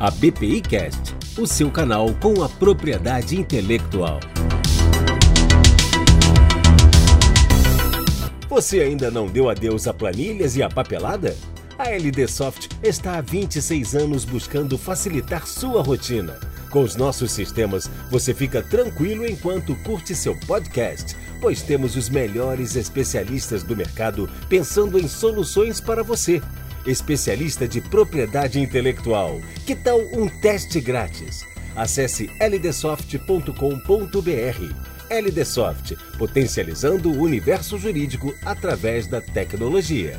a BPI Cast, o seu canal com a propriedade intelectual. Você ainda não deu adeus a planilhas e a papelada? A LD Soft está há 26 anos buscando facilitar sua rotina. Com os nossos sistemas, você fica tranquilo enquanto curte seu podcast, pois temos os melhores especialistas do mercado pensando em soluções para você. Especialista de propriedade intelectual. Que tal um teste grátis? Acesse ldsoft.com.br. LDSoft, potencializando o universo jurídico através da tecnologia.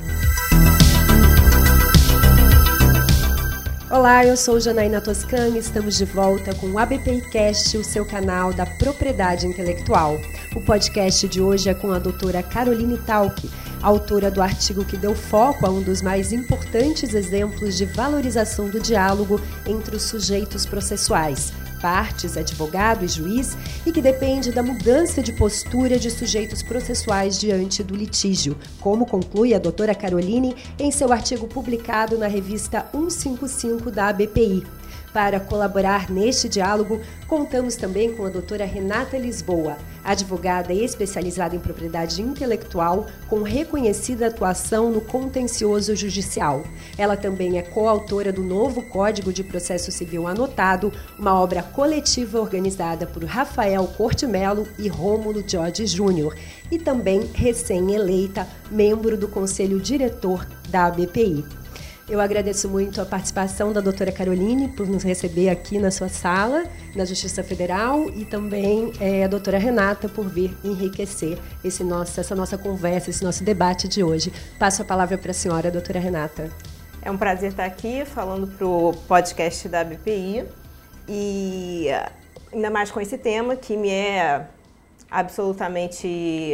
Olá, eu sou Janaína Toscano e estamos de volta com o ABPI Cast, o seu canal da propriedade intelectual. O podcast de hoje é com a doutora Caroline Talck, autora do artigo que deu foco a um dos mais importantes exemplos de valorização do diálogo entre os sujeitos processuais, partes, advogado e juiz, e que depende da mudança de postura de sujeitos processuais diante do litígio, como conclui a doutora Caroline em seu artigo publicado na revista 155 da ABPI. Para colaborar neste diálogo, contamos também com a doutora Renata Lisboa, advogada especializada em propriedade intelectual, com reconhecida atuação no contencioso judicial. Ela também é coautora do novo Código de Processo Civil Anotado, uma obra coletiva organizada por Rafael Corte Melo e Rômulo Jorge Júnior, e também recém-eleita membro do Conselho Diretor da ABPI. Eu agradeço muito a participação da doutora Caroline por nos receber aqui na sua sala, na Justiça Federal, e também a doutora Renata por vir enriquecer essa nossa conversa, esse nosso debate de hoje. Passo a palavra para a senhora, doutora Renata. É um prazer estar aqui falando para o podcast da BPI e ainda mais com esse tema que me é absolutamente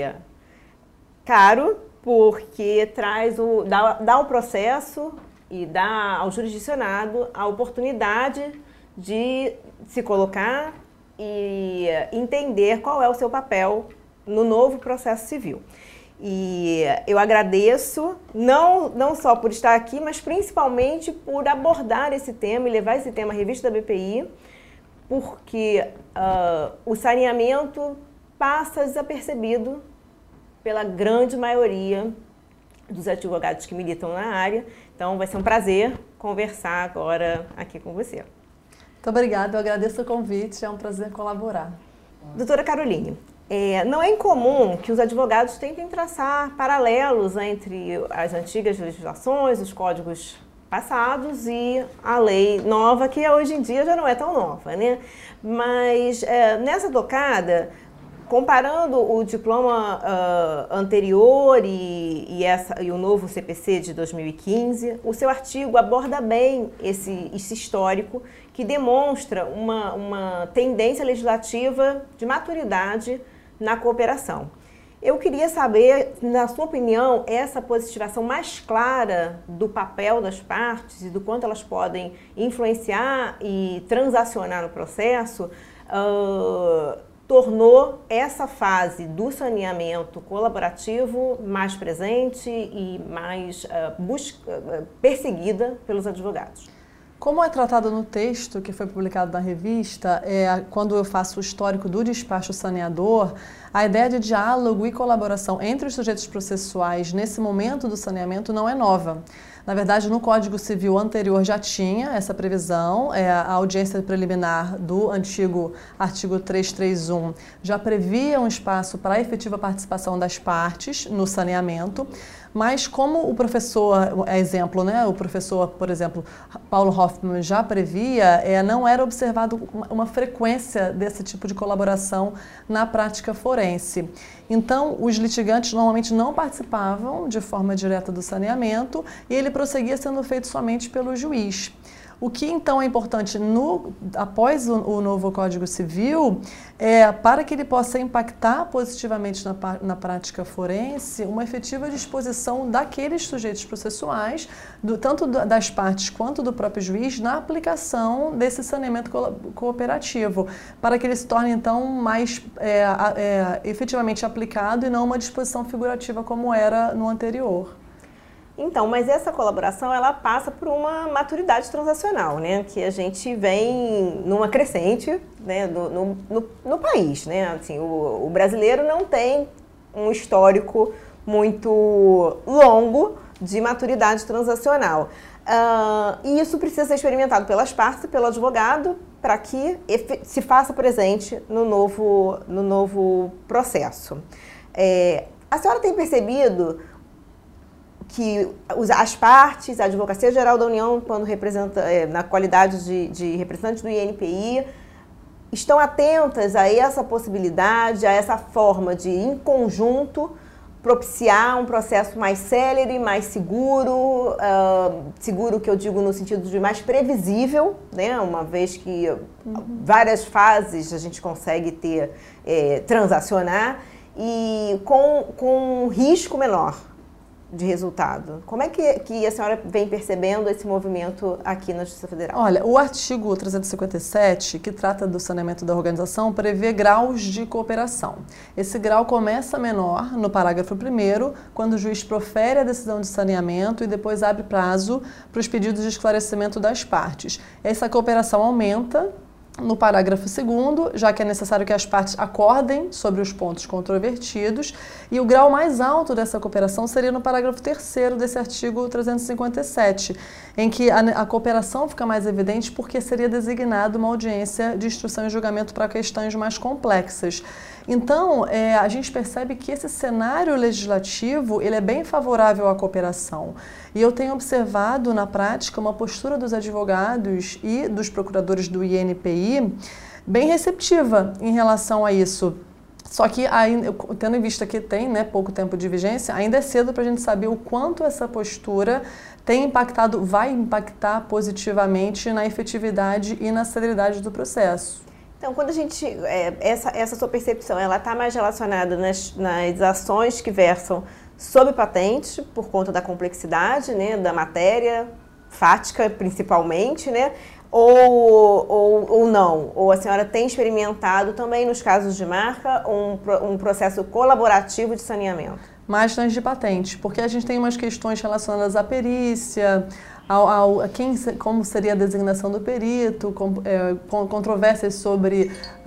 caro, porque dá ao processo e dá ao jurisdicionado a oportunidade de se colocar e entender qual é o seu papel no novo processo civil. E eu agradeço, não só por estar aqui, mas principalmente por abordar esse tema e levar esse tema à revista da BPI, porque o saneamento passa desapercebido pela grande maioria dos advogados que militam na área. Então, vai ser um prazer conversar agora aqui com você. Muito obrigada, eu agradeço o convite, é um prazer colaborar. Doutora Caroline, não é incomum que os advogados tentem traçar paralelos entre as antigas legislações, os códigos passados e a lei nova, que hoje em dia já não é tão nova, né? Mas nessa tocada, comparando o diploma anterior e o novo CPC de 2015, o seu artigo aborda bem esse histórico que demonstra uma tendência legislativa de maturidade na cooperação. Eu queria saber, na sua opinião, essa positivação mais clara do papel das partes e do quanto elas podem influenciar e transacionar no processo, tornou essa fase do saneamento colaborativo mais presente e mais perseguida pelos advogados. Como é tratado no texto que foi publicado na revista, quando eu faço o histórico do despacho saneador, a ideia de diálogo e colaboração entre os sujeitos processuais nesse momento do saneamento não é nova. Na verdade, no Código Civil anterior já tinha essa previsão, a audiência preliminar do antigo artigo 331 já previa um espaço para a efetiva participação das partes no saneamento, mas como o professor, exemplo, né, o professor, por exemplo, Paulo Hoffman já previa, não era observado uma frequência desse tipo de colaboração na prática forense. Então, os litigantes normalmente não participavam de forma direta do saneamento e ele prosseguia sendo feito somente pelo juiz. O que então é importante após o novo Código Civil para que ele possa impactar positivamente na prática forense, uma efetiva disposição daqueles sujeitos processuais, tanto das partes quanto do próprio juiz, na aplicação desse saneamento cooperativo, para que ele se torne então mais efetivamente aplicado e não uma disposição figurativa como era no anterior. Então, mas essa colaboração, ela passa por uma maturidade transacional, né? Que a gente vem numa crescente, né? no país, né? Assim, o brasileiro não tem um histórico muito longo de maturidade transacional. E isso precisa ser experimentado pelas partes e pelo advogado para que se faça presente no novo processo. A senhora tem percebido que as partes, a Advocacia Geral da União, quando representa, na qualidade de representante do INPI, estão atentas a essa possibilidade, a essa forma de, em conjunto, propiciar um processo mais célere, mais seguro, seguro que eu digo no sentido de mais previsível, né? Uma vez que várias fases a gente consegue transacionar e com um risco menor de resultado. Como é que a senhora vem percebendo esse movimento aqui na Justiça Federal? Olha, o artigo 357, que trata do saneamento da organização, prevê graus de cooperação. Esse grau começa menor no parágrafo 1º, quando o juiz profere a decisão de saneamento e depois abre prazo para os pedidos de esclarecimento das partes. Essa cooperação aumenta no parágrafo 2º, já que é necessário que as partes acordem sobre os pontos controvertidos, e o grau mais alto dessa cooperação seria no parágrafo 3º desse artigo 357, em que a cooperação fica mais evidente porque seria designada uma audiência de instrução e julgamento para questões mais complexas. Então, a gente percebe que esse cenário legislativo ele é bem favorável à cooperação. E eu tenho observado na prática uma postura dos advogados e dos procuradores do INPI bem receptiva em relação a isso. Só que, tendo em vista que tem pouco tempo de vigência, ainda é cedo para a gente saber o quanto essa postura vai impactar positivamente na efetividade e na celeridade do processo. Então, quando a gente, essa sua percepção, ela está mais relacionada nas ações que versam sob patente, por conta da complexidade, né, da matéria fática, principalmente, né, ou não? Ou a senhora tem experimentado também, nos casos de marca, um processo colaborativo de saneamento? Mais nas de patente, porque a gente tem umas questões relacionadas à perícia, como seria a designação do perito, controvérsias sobre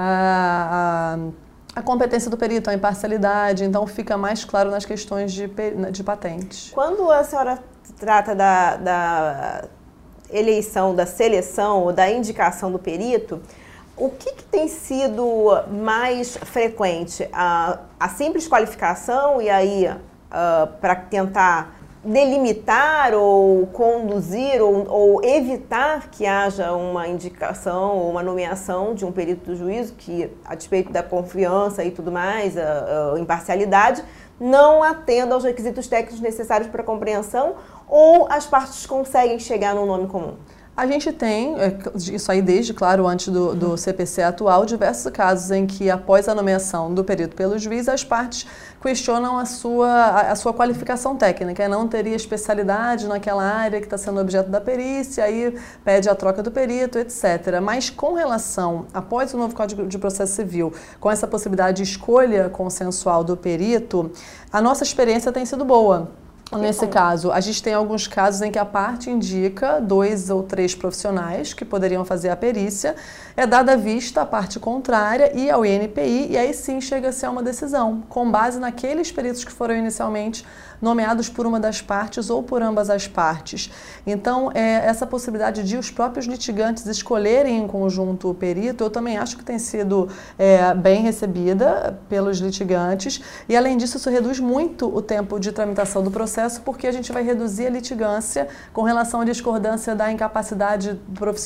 a competência do perito, a imparcialidade, então fica mais claro nas questões de patente. Quando a senhora trata da eleição, da seleção ou da indicação do perito, o que tem sido mais frequente? A simples qualificação e aí para tentar delimitar ou conduzir ou evitar que haja uma indicação ou uma nomeação de um perito do juízo que, a despeito da confiança e tudo mais, a imparcialidade, não atenda aos requisitos técnicos necessários para a compreensão, ou as partes conseguem chegar num nome comum? A gente tem, isso aí desde, claro, antes do CPC atual, diversos casos em que, após a nomeação do perito pelo juiz, as partes questionam a sua qualificação técnica, e não teria especialidade naquela área que está sendo objeto da perícia, aí pede a troca do perito, etc. Mas com relação, após o novo Código de Processo Civil, com essa possibilidade de escolha consensual do perito, a nossa experiência tem sido boa. Nesse caso, a gente tem alguns casos em que a parte indica 2 ou 3 profissionais que poderiam fazer a perícia, é dada vista à parte contrária e ao INPI, e aí sim chega-se a uma decisão, com base naqueles peritos que foram inicialmente nomeados por uma das partes ou por ambas as partes. Então, essa possibilidade de os próprios litigantes escolherem em conjunto o perito, eu também acho que tem sido bem recebida pelos litigantes, e além disso, isso reduz muito o tempo de tramitação do processo, porque a gente vai reduzir a litigância com relação à discordância da incapacidade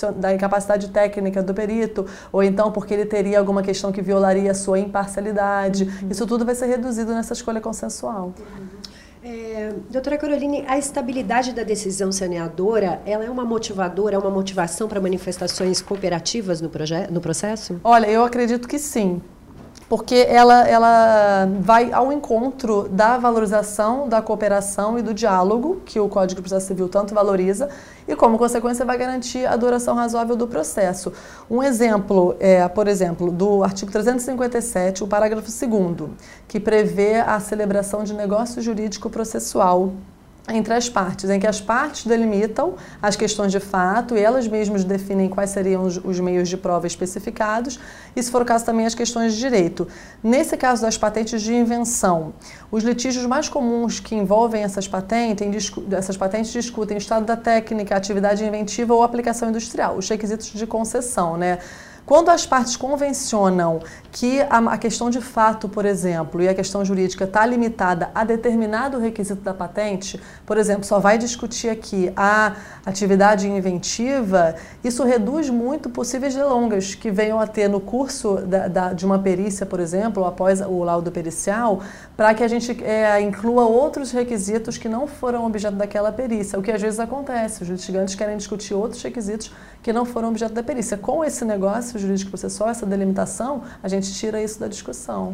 técnica do perito, ou então porque ele teria alguma questão que violaria a sua imparcialidade. Isso tudo vai ser reduzido nessa escolha consensual. Doutora Caroline, a estabilidade da decisão saneadora, ela é uma motivadora, é uma motivação para manifestações cooperativas no processo? Olha, eu acredito que sim, porque ela vai ao encontro da valorização da cooperação e do diálogo, que o Código de Processo Civil tanto valoriza, e como consequência vai garantir a duração razoável do processo. Um exemplo por exemplo, do artigo 357, o parágrafo 2º, que prevê a celebração de negócio jurídico processual entre as partes, em que as partes delimitam as questões de fato e elas mesmas definem quais seriam os meios de prova especificados e, se for o caso, também as questões de direito. Nesse caso das patentes de invenção, os litígios mais comuns que envolvem essas patentes discutem o estado da técnica, atividade inventiva ou aplicação industrial, os requisitos de concessão, né? Quando as partes convencionam que a questão de fato, por exemplo, e a questão jurídica está limitada a determinado requisito da patente, por exemplo, só vai discutir aqui a atividade inventiva, isso reduz muito possíveis delongas que venham a ter no curso de uma perícia, por exemplo, ou após o laudo pericial, para que a gente inclua outros requisitos que não foram objeto daquela perícia, o que às vezes acontece, os litigantes querem discutir outros requisitos que não foram objeto da perícia. Com esse negócio jurídico processual, essa delimitação, a gente tira isso da discussão.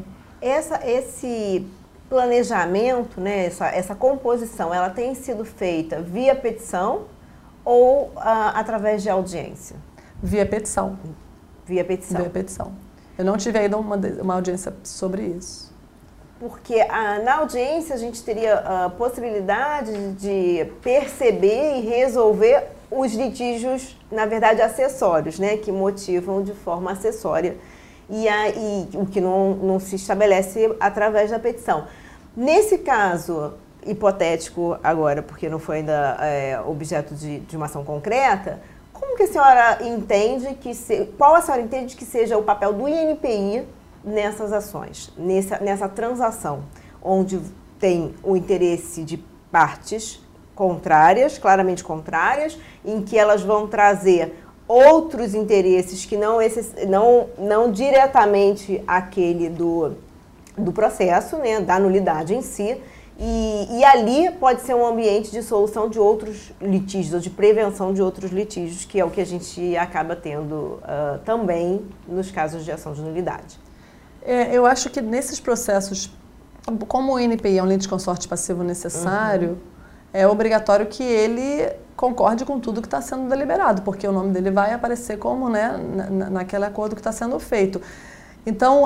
Esse planejamento, né, essa composição, ela tem sido feita via petição ou através de audiência? Via petição. Via petição. Via petição. Eu não tive ainda uma audiência sobre isso. Porque na audiência a gente teria a possibilidade de perceber e resolver os litígios, na verdade, acessórios, né, que motivam de forma acessória e o que não se estabelece através da petição. Nesse caso hipotético agora, porque não foi ainda objeto de uma ação concreta, como que a senhora entende qual a senhora entende que seja o papel do INPI nessas ações, nessa transação, onde tem o interesse de partes contrárias, claramente contrárias, em que elas vão trazer outros interesses que não diretamente aquele do processo, né, da nulidade em si, e ali pode ser um ambiente de solução de outros litígios, ou de prevenção de outros litígios, que é o que a gente acaba tendo também nos casos de ação de nulidade. Eu acho que nesses processos, como o INPI é um litisconsorte passivo necessário, é obrigatório que ele concorde com tudo que está sendo deliberado, porque o nome dele vai aparecer como, né, naquele acordo que está sendo feito. Então,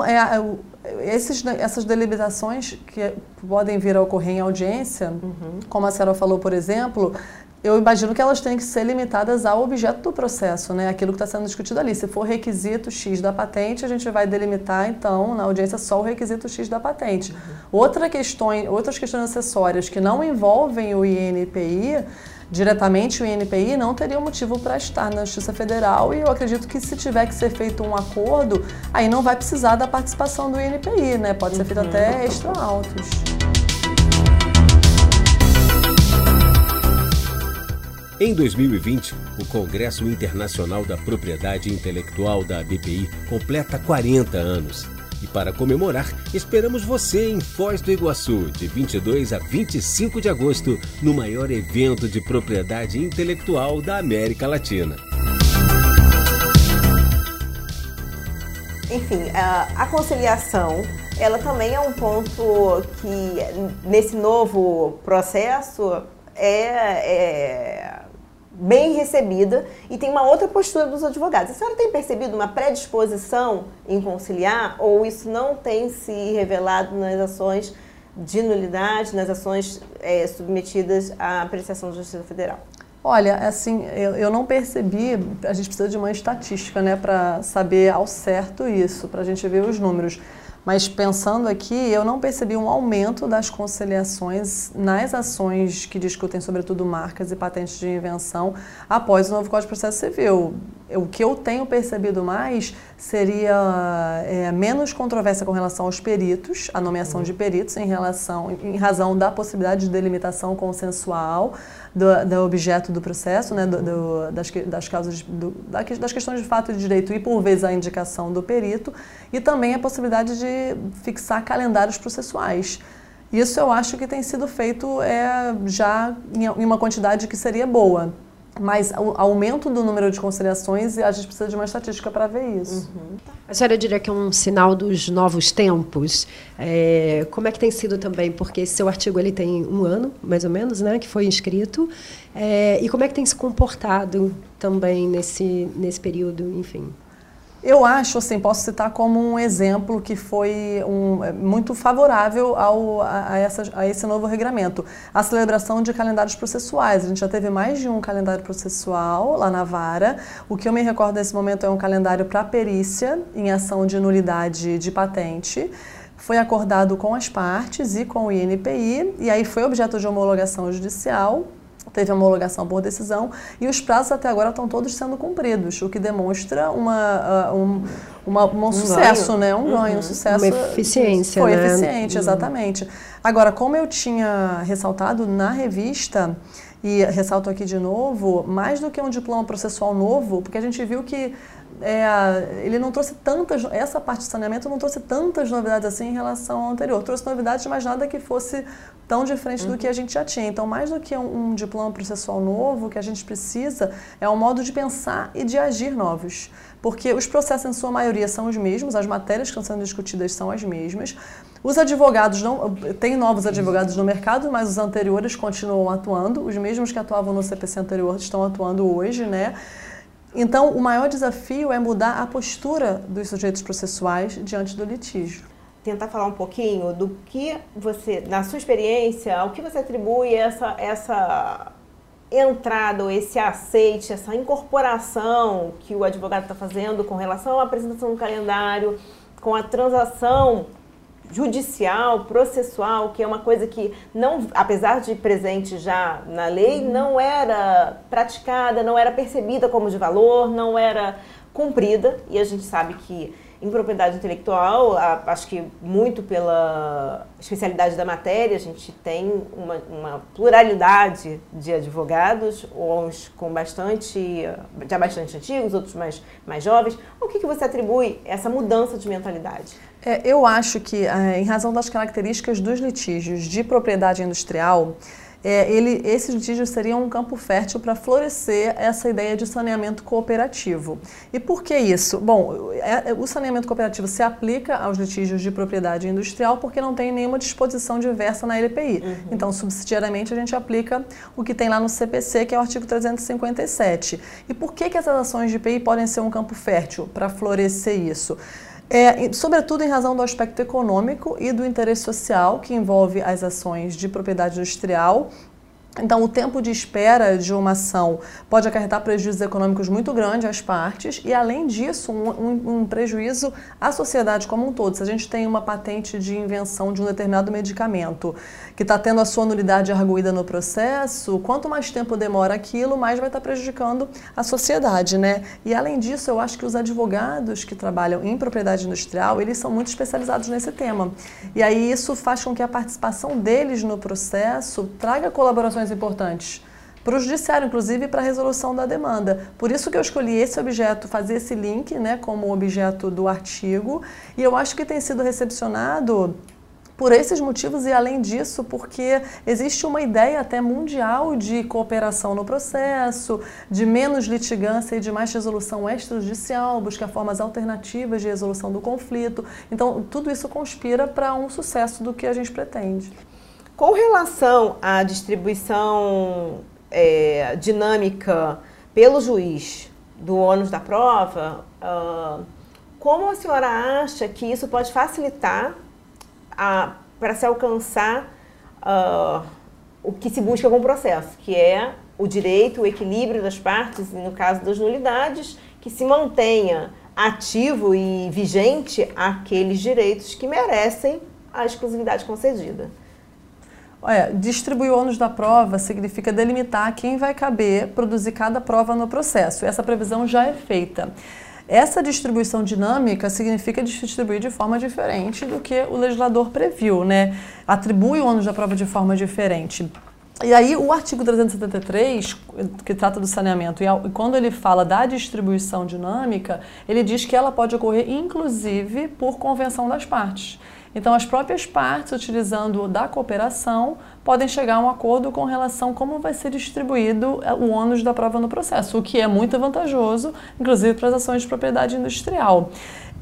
essas deliberações que podem vir a ocorrer em audiência, como a senhora falou, por exemplo, eu imagino que elas têm que ser limitadas ao objeto do processo, né? Aquilo que está sendo discutido ali. Se for requisito X da patente, a gente vai delimitar, então, na audiência só o requisito X da patente. Outras questões acessórias que não envolvem o INPI, diretamente o INPI, não teria motivo para estar na Justiça Federal, e eu acredito que se tiver que ser feito um acordo, aí não vai precisar da participação do INPI, né? Pode ser feito até extra autos. Em 2020, o Congresso Internacional da Propriedade Intelectual da ABPI completa 40 anos. E para comemorar, esperamos você em Foz do Iguaçu, de 22 a 25 de agosto, no maior evento de propriedade intelectual da América Latina. Enfim, a conciliação, ela também é um ponto que, nesse novo processo, é bem recebida e tem uma outra postura dos advogados. A senhora tem percebido uma predisposição em conciliar, ou isso não tem se revelado nas ações de nulidade, nas ações submetidas à apreciação da Justiça Federal? Olha, assim, eu não percebi, a gente precisa de uma estatística, né, para saber ao certo isso, para a gente ver os números. Mas pensando aqui, eu não percebi um aumento das conciliações nas ações que discutem, sobretudo, marcas e patentes de invenção após o novo Código de Processo Civil. O que eu tenho percebido mais seria menos controvérsia com relação aos peritos, a nomeação de peritos em razão da possibilidade de delimitação consensual do objeto do processo, né, das questões de fato e de direito, e por vezes a indicação do perito, e também a possibilidade de fixar calendários processuais. Isso eu acho que tem sido feito já em uma quantidade que seria boa. Mas o aumento do número de conciliações, a gente precisa de uma estatística para ver isso. A senhora diria que é um sinal dos novos tempos? Como é que tem sido também? Porque esse seu artigo ele tem 1 ano, mais ou menos, né, que foi inscrito. E como é que tem se comportado também nesse período, enfim? Eu acho, assim, posso citar como um exemplo que foi muito favorável a esse novo regramento. A celebração de calendários processuais. A gente já teve mais de um calendário processual lá na vara. O que eu me recordo nesse momento é um calendário para perícia em ação de nulidade de patente. Foi acordado com as partes e com o INPI, e aí foi objeto de homologação judicial. Teve homologação por decisão e os prazos até agora estão todos sendo cumpridos, o que demonstra um sucesso, né? Um ganho, um sucesso. Uma eficiência, foi né? Eficiente, exatamente. Agora, como eu tinha ressaltado na revista, e ressalto aqui de novo, mais do que um diploma processual novo, porque a gente viu que ele não trouxe essa parte de saneamento não trouxe tantas novidades assim em relação ao anterior. Trouxe novidades, mas nada que fosse tão diferente do que a gente já tinha. Então, mais do que um diploma processual novo, o que a gente precisa é um modo de pensar e de agir novos. Porque os processos, em sua maioria, são os mesmos, as matérias que estão sendo discutidas são as mesmas. Os advogados, tem novos advogados no mercado, mas os anteriores continuam atuando. Os mesmos que atuavam no CPC anterior estão atuando hoje, né? Então, o maior desafio é mudar a postura dos sujeitos processuais diante do litígio. Tentar falar um pouquinho do que você, na sua experiência, ao que você atribui essa entrada, ou esse aceite, essa incorporação que o advogado está fazendo com relação à apresentação do calendário, com a transação judicial, processual, que é uma coisa que, não, apesar de presente já na lei, não era praticada, não era percebida como de valor, não era cumprida, e a gente sabe que em propriedade intelectual, acho que muito pela especialidade da matéria, a gente tem uma pluralidade de advogados, uns com já bastante antigos, outros mais jovens. O que você atribui essa mudança de mentalidade? Eu acho que, em razão das características dos litígios de propriedade industrial, esses litígios seriam um campo fértil para florescer essa ideia de saneamento cooperativo. E por que isso? Bom, o saneamento cooperativo se aplica aos litígios de propriedade industrial porque não tem nenhuma disposição diversa na LPI. Uhum. Então, subsidiariamente, a gente aplica o que tem lá no CPC, que é o artigo 357. E por que essas ações de IPI podem ser um campo fértil para florescer isso? Sobretudo em razão do aspecto econômico e do interesse social que envolve as ações de propriedade industrial. Então, o tempo de espera de uma ação pode acarretar prejuízos econômicos muito grandes às partes e, além disso, um prejuízo à sociedade como um todo. Se a gente tem uma patente de invenção de um determinado medicamento que está tendo a sua nulidade arguída no processo, quanto mais tempo demora aquilo, mais vai estar prejudicando a sociedade, né? E, além disso, eu acho que os advogados que trabalham em propriedade industrial, eles são muito especializados nesse tema. E aí isso faz com que a participação deles no processo traga colaborações importantes para o judiciário, inclusive para a resolução da demanda. Por isso que eu escolhi esse objeto, fazer esse link, né, como objeto do artigo, e eu acho que tem sido recepcionado por esses motivos e, além disso, porque existe uma ideia até mundial de cooperação no processo, de menos litigância e de mais resolução extrajudicial, buscar formas alternativas de resolução do conflito. Então, tudo isso conspira para um sucesso do que a gente pretende. Com relação à distribuição dinâmica pelo juiz do ônus da prova, como a senhora acha que isso pode facilitar para se alcançar o que se busca com o processo, que é o direito, o equilíbrio das partes, e no caso das nulidades, que se mantenha ativo e vigente aqueles direitos que merecem a exclusividade concedida? Distribuir o ônus da prova significa delimitar quem vai caber produzir cada prova no processo. Essa previsão já é feita. Essa distribuição dinâmica significa distribuir de forma diferente do que o legislador previu, né? Atribui o ônus da prova de forma diferente. E aí o artigo 373, que trata do saneamento, e quando ele fala da distribuição dinâmica, ele diz que ela pode ocorrer inclusive por convenção das partes. Então, as próprias partes, utilizando da cooperação, podem chegar a um acordo com relação a como vai ser distribuído o ônus da prova no processo, o que é muito vantajoso, inclusive para as ações de propriedade industrial.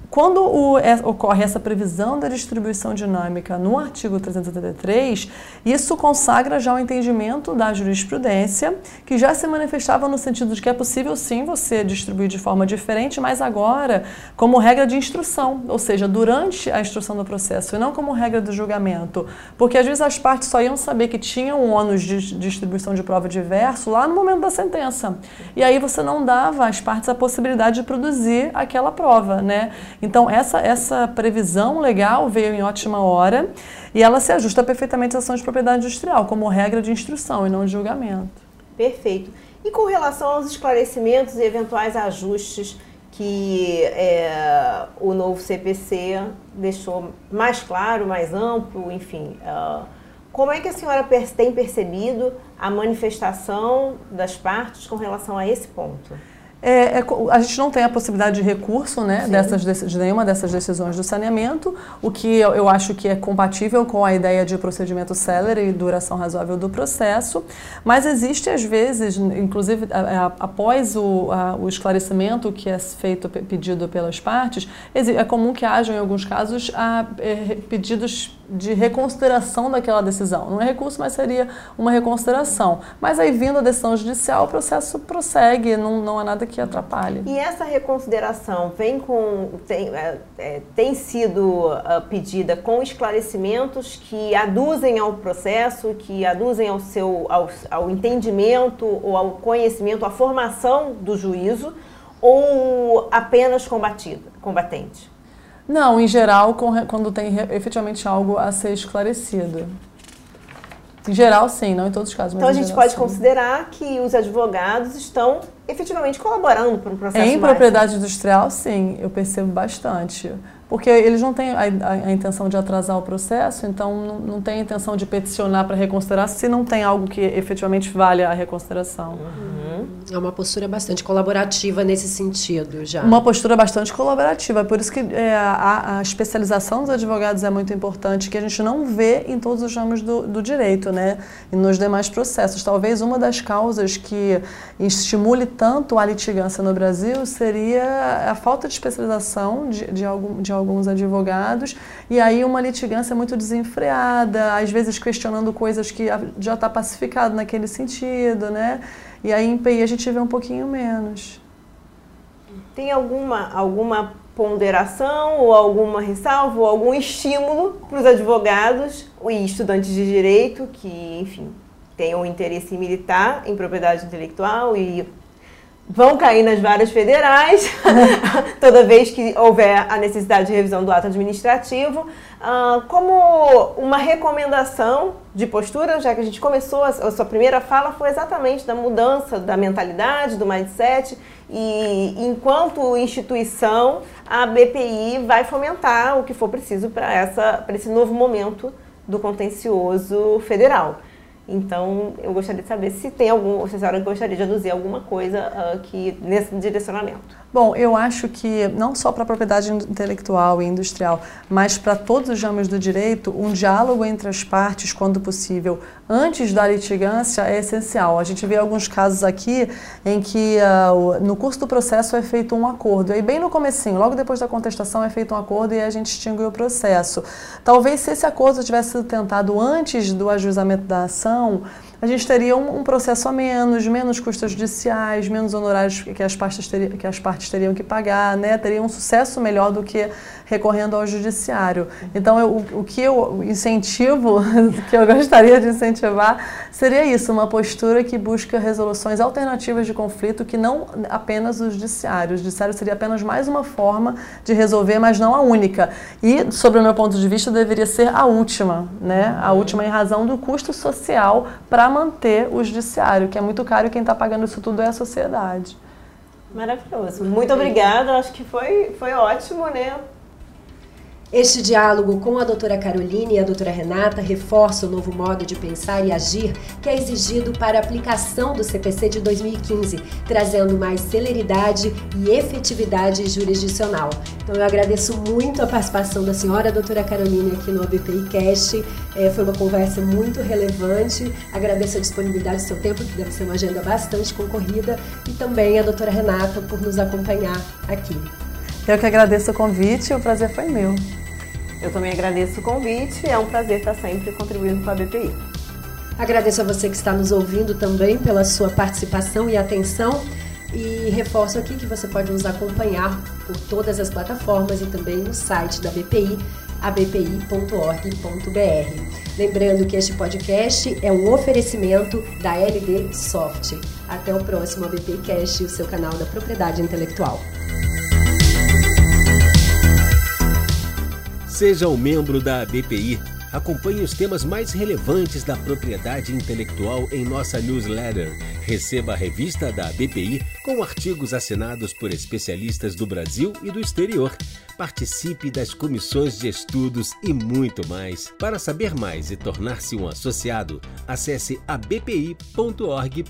Quando ocorre essa previsão da distribuição dinâmica no artigo 383, isso consagra já o entendimento da jurisprudência, que já se manifestava no sentido de que é possível sim você distribuir de forma diferente, mas agora como regra de instrução, ou seja, durante a instrução do processo, e não como regra do julgamento. Porque às vezes as partes só iam saber que tinham um ônus de distribuição de prova diverso lá no momento da sentença. E aí você não dava às partes a possibilidade de produzir aquela prova, né? Então, essa previsão legal veio em ótima hora e ela se ajusta perfeitamente à ação de propriedade industrial, como regra de instrução e não de julgamento. Perfeito. E com relação aos esclarecimentos e eventuais ajustes que o novo CPC deixou mais claro, mais amplo, enfim, como é que a senhora tem percebido a manifestação das partes com relação a esse ponto? A gente não tem a possibilidade de recurso, né, de nenhuma dessas decisões do saneamento, o que eu acho que é compatível com a ideia de procedimento célere e duração razoável do processo, mas existe às vezes, inclusive após o esclarecimento que é pedido pelas partes, é comum que hajam em alguns casos pedidos de reconsideração daquela decisão. Não é recurso, mas seria uma reconsideração. Mas aí, vindo a decisão judicial, o processo prossegue, não há nada que atrapalhe. E essa reconsideração tem sido pedida com esclarecimentos que aduzem ao processo, que aduzem ao entendimento ou ao conhecimento, à formação do juízo, ou apenas combatente? Não, em geral, quando tem efetivamente algo a ser esclarecido. Em geral, sim, não em todos os casos. Mas então, a gente pode considerar que os advogados estão efetivamente colaborando para um processo Em propriedade industrial, sim, eu percebo bastante. Porque eles não têm a intenção de atrasar o processo, então não tem a intenção de peticionar para reconsiderar se não tem algo que efetivamente valha a reconsideração. É uma postura bastante colaborativa nesse sentido já. Uma postura bastante colaborativa, por isso que a especialização dos advogados é muito importante, que a gente não vê em todos os ramos do direito, né? E nos demais processos. Talvez uma das causas que estimule tanto a litigância no Brasil seria a falta de especialização de alguns advogados, e aí uma litigância muito desenfreada, às vezes questionando coisas que já está pacificado naquele sentido, né? E aí em PI a gente vê um pouquinho menos. Tem alguma ponderação ou alguma ressalva ou algum estímulo para os advogados e estudantes de direito que, enfim, tenham interesse em militar em propriedade intelectual e vão cair nas varas federais toda vez que houver a necessidade de revisão do ato administrativo, como uma recomendação de postura, já que a gente começou, a sua primeira fala foi exatamente da mudança da mentalidade, do mindset, e enquanto instituição, a BPI vai fomentar o que for preciso para esse novo momento do contencioso federal. Então, eu gostaria de saber se a senhora gostaria de aduzir alguma coisa nesse direcionamento. Bom, eu acho que não só para a propriedade intelectual e industrial, mas para todos os ramos do direito, um diálogo entre as partes, quando possível, antes da litigância é essencial. A gente vê alguns casos aqui em que no curso do processo é feito um acordo. E aí, bem no comecinho, logo depois da contestação, é feito um acordo e a gente extingue o processo. Talvez se esse acordo tivesse sido tentado antes do ajuizamento da ação, a gente teria um processo a menos custas judiciais, menos honorários que as partes teriam que pagar, né? Teria um sucesso melhor do que recorrendo ao judiciário. Então, o que eu incentivo, que eu gostaria de incentivar, seria isso, uma postura que busca resoluções alternativas de conflito, que não apenas o judiciário. O judiciário seria apenas mais uma forma de resolver, mas não a única. E, sobre o meu ponto de vista, deveria ser a última, né? A última em razão do custo social para manter o judiciário, que é muito caro e quem está pagando isso tudo é a sociedade. Maravilhoso. Muito obrigada. Acho que foi ótimo, né? Este diálogo com a doutora Caroline e a doutora Renata reforça o novo modo de pensar e agir que é exigido para a aplicação do CPC de 2015, trazendo mais celeridade e efetividade jurisdicional. Então eu agradeço muito a participação da senhora doutora Caroline aqui no ABPI Cast. Foi uma conversa muito relevante. Agradeço a disponibilidade do seu tempo, que deve ser uma agenda bastante concorrida, e também a doutora Renata por nos acompanhar aqui. Eu que agradeço o convite, o prazer foi meu. Eu também agradeço o convite, é um prazer estar sempre contribuindo com a BPI. Agradeço a você que está nos ouvindo também pela sua participação e atenção. E reforço aqui que você pode nos acompanhar por todas as plataformas e também no site da BPI, abpi.org.br. Lembrando que este podcast é um oferecimento da LD Soft. Até o próximo ABPcast, o seu canal da propriedade intelectual. Seja um membro da ABPI. Acompanhe os temas mais relevantes da propriedade intelectual em nossa newsletter. Receba a revista da ABPI com artigos assinados por especialistas do Brasil e do exterior. Participe das comissões de estudos e muito mais. Para saber mais e tornar-se um associado, acesse abpi.org.br.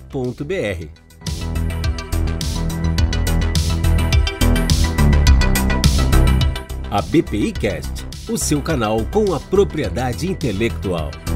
A BPI Cast, o seu canal com a propriedade intelectual.